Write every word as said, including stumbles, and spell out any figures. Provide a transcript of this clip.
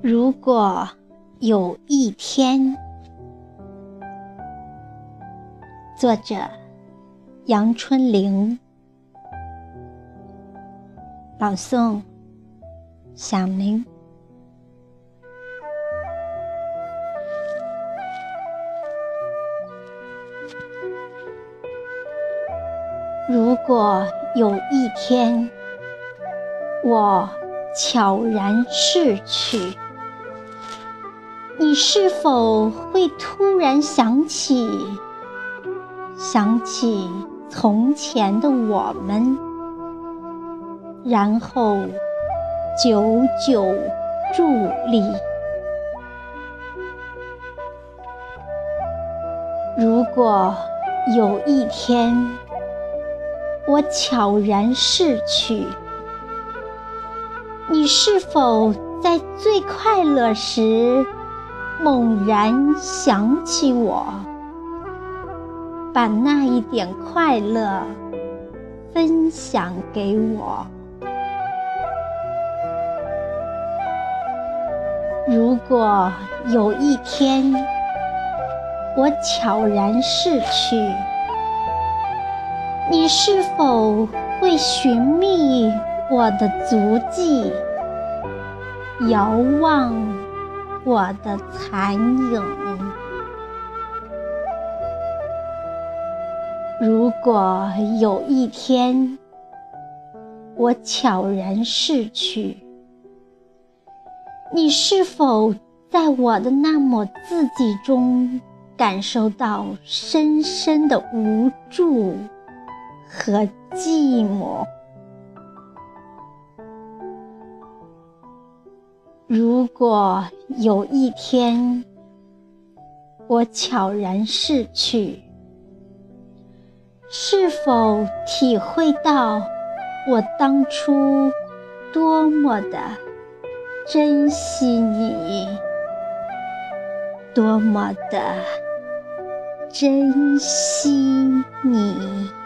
如果有一天，作者杨春玲，朗诵响铃。如果有一天，我悄然逝去，你是否会突然想起想起从前的我们，然后久久伫立？如果有一天，我悄然逝去，你是否在最快乐时猛然想起我，把那一点快乐分享给我？如果有一天，我悄然逝去，你是否会寻觅我的足迹，遥望我的残影？如果有一天，我悄然逝去，你是否在我的那抹字迹中感受到深深的无助和寂寞？如果有一天，我悄然逝去，是否体会到我当初多么的珍惜你，多么的珍惜你？